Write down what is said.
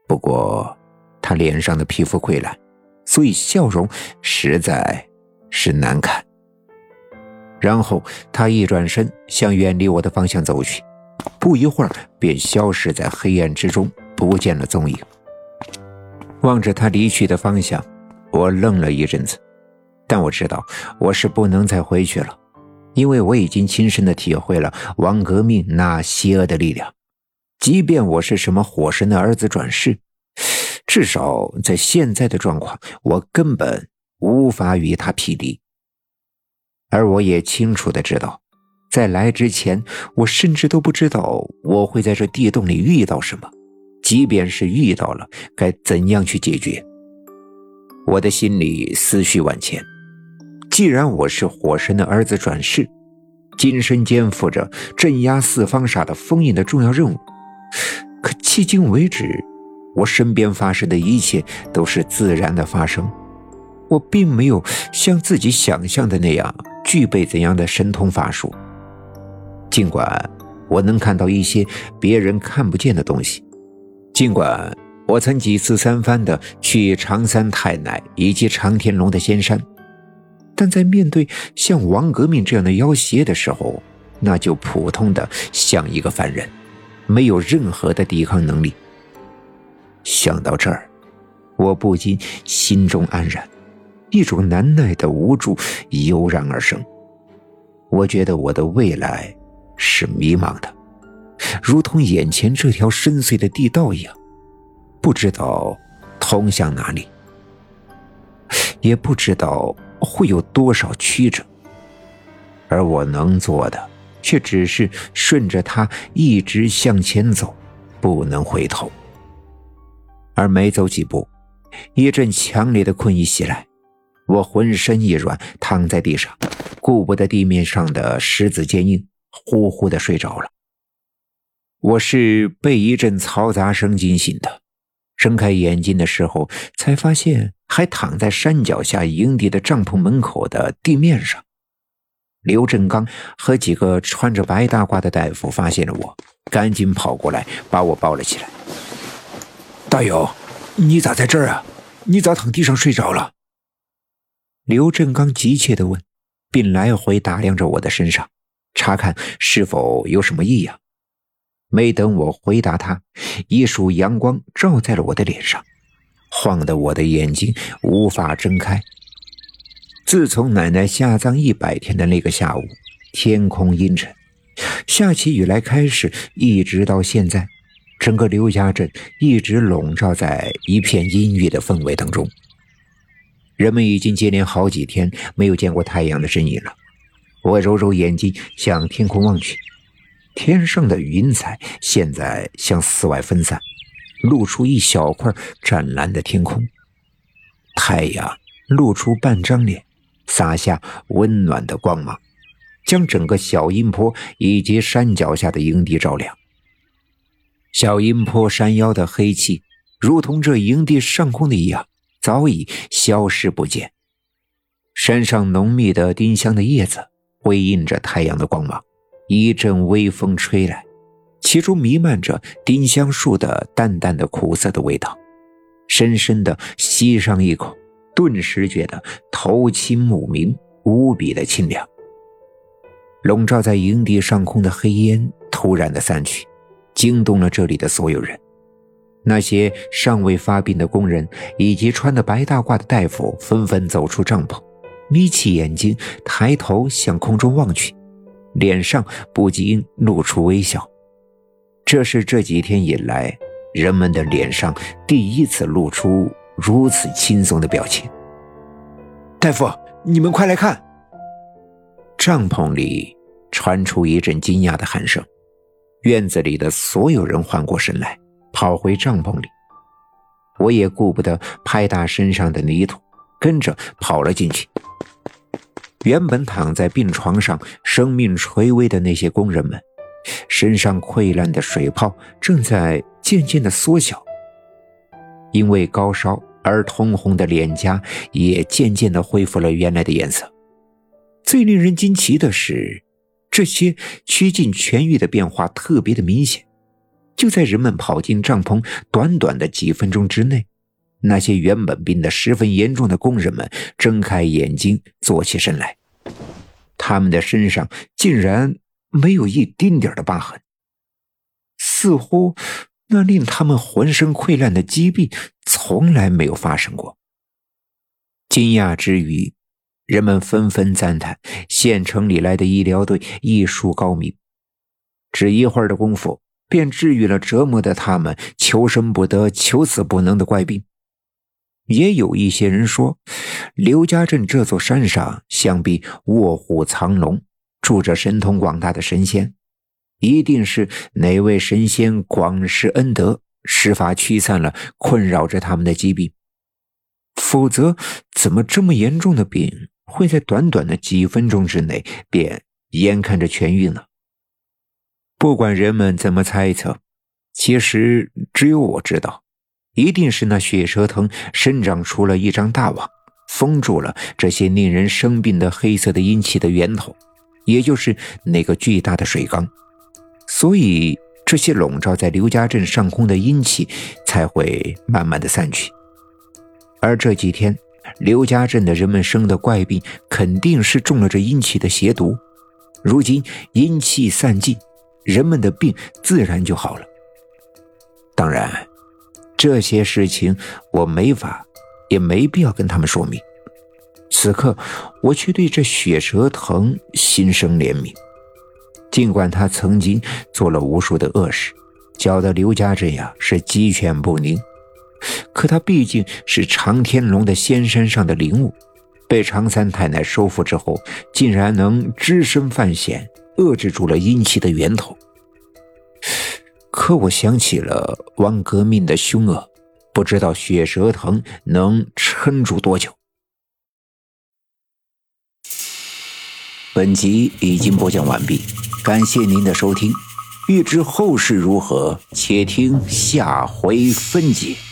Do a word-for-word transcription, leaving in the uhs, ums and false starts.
不过他脸上的皮肤溃烂，所以笑容实在是难看。然后他一转身向远离我的方向走去，不一会儿便消失在黑暗之中，不见了踪影。望着他离去的方向，我愣了一阵子，但我知道我是不能再回去了，因为我已经亲身的体会了王革命那邪恶的力量。即便我是什么火神的儿子转世，至少在现在的状况，我根本无法与他匹敌。而我也清楚的知道，在来之前，我甚至都不知道我会在这地洞里遇到什么，即便是遇到了，该怎样去解决。我的心里思绪万千，既然我是火神的儿子转世，今生肩负着镇压四方煞的封印的重要任务，可迄今为止，我身边发生的一切都是自然的发生，我并没有像自己想象的那样具备怎样的神通法术。尽管我能看到一些别人看不见的东西，尽管我曾几次三番的去常山太奶以及长天龙的仙山，但在面对像王革命这样的妖邪的时候，那就普通的像一个凡人，没有任何的抵抗能力。想到这儿，我不禁心中黯然，一种难耐的无助油然而生。我觉得我的未来是迷茫的，如同眼前这条深邃的地道一样，不知道通向哪里，也不知道会有多少曲折，而我能做的却只是顺着它一直向前走，不能回头。而没走几步，一阵强烈的困意袭来，我浑身一软，躺在地上，顾不得地面上的石子坚硬，呼呼地睡着了。我是被一阵嘈杂声惊醒的，睁开眼睛的时候，才发现还躺在山脚下营地的帐篷门口的地面上。刘振刚和几个穿着白大褂的大夫发现了我，赶紧跑过来把我抱了起来。大友，你咋在这儿啊？你咋躺地上睡着了？刘振刚急切地问，并来回打量着我的身上，查看是否有什么异样。没等我回答他，一束阳光照在了我的脸上，晃得我的眼睛无法睁开。自从奶奶下葬一百天的那个下午，天空阴沉，下起雨来开始，一直到现在，整个刘家镇一直笼罩在一片阴郁的氛围当中。人们已经接连好几天没有见过太阳的身影了。我揉揉眼睛向天空望去，天上的云彩现在向四外分散，露出一小块湛蓝的天空。太阳露出半张脸，洒下温暖的光芒，将整个小阴坡以及山脚下的营地照亮。小阴坡山腰的黑气如同这营地上空的一样，早已消失不见。山上浓密的丁香的叶子辉映着太阳的光芒，一阵微风吹来，其中弥漫着丁香树的淡淡的苦涩的味道。深深地吸上一口，顿时觉得头清目明，无比的清凉。笼罩在营地上空的黑烟突然的散去，惊动了这里的所有人。那些尚未发病的工人以及穿的白大褂的大夫纷纷走出帐篷，眯起眼睛，抬头向空中望去，脸上不禁露出微笑。这是这几天以来人们的脸上第一次露出如此轻松的表情。大夫，你们快来看！帐篷里传出一阵惊讶的喊声，院子里的所有人缓过神来，跑回帐篷里。我也顾不得拍打身上的泥土，跟着跑了进去。原本躺在病床上生命垂危的那些工人们，身上溃烂的水泡正在渐渐地缩小，因为高烧而通红的脸颊也渐渐地恢复了原来的颜色。最令人惊奇的是，这些趋近痊愈的变化特别的明显， 就在人们跑进帐篷短短的几分钟之内，那些原本病得十分严重的工人们睁开眼睛坐起身来，他们的身上竟然没有一丁点的疤痕，似乎那令他们浑身溃烂的疾病从来没有发生过。惊讶之余，人们纷纷赞叹县城里来的医疗队医术高明，只一会儿的功夫便治愈了折磨的他们求生不得求死不能的怪病。也有一些人说，刘家镇这座山上想必卧虎藏龙，住着神通广大的神仙，一定是哪位神仙广施恩德，施法驱散了困扰着他们的疾病，否则怎么这么严重的病会在短短的几分钟之内便眼看着痊愈呢？不管人们怎么猜测，其实只有我知道，一定是那血蛇藤伸长出了一张大网，封住了这些令人生病的黑色的阴气的源头，也就是那个巨大的水缸，所以这些笼罩在刘家镇上空的阴气才会慢慢的散去。而这几天刘家镇的人们生的怪病肯定是中了这阴气的邪毒，如今阴气散尽，人们的病自然就好了。当然这些事情我没法也没必要跟他们说明，此刻我却对这血蛇藤心生怜悯。尽管他曾经做了无数的恶事，搅得刘家镇呀是鸡犬不宁，可他毕竟是长天龙的仙山上的灵物，被常三太奶收服之后，竟然能只身犯险，遏制住了阴气的源头。可我想起了王革命的凶恶，不知道血蛇藤能撑住多久。本集已经播讲完毕，感谢您的收听。欲知后事如何，且听下回分解。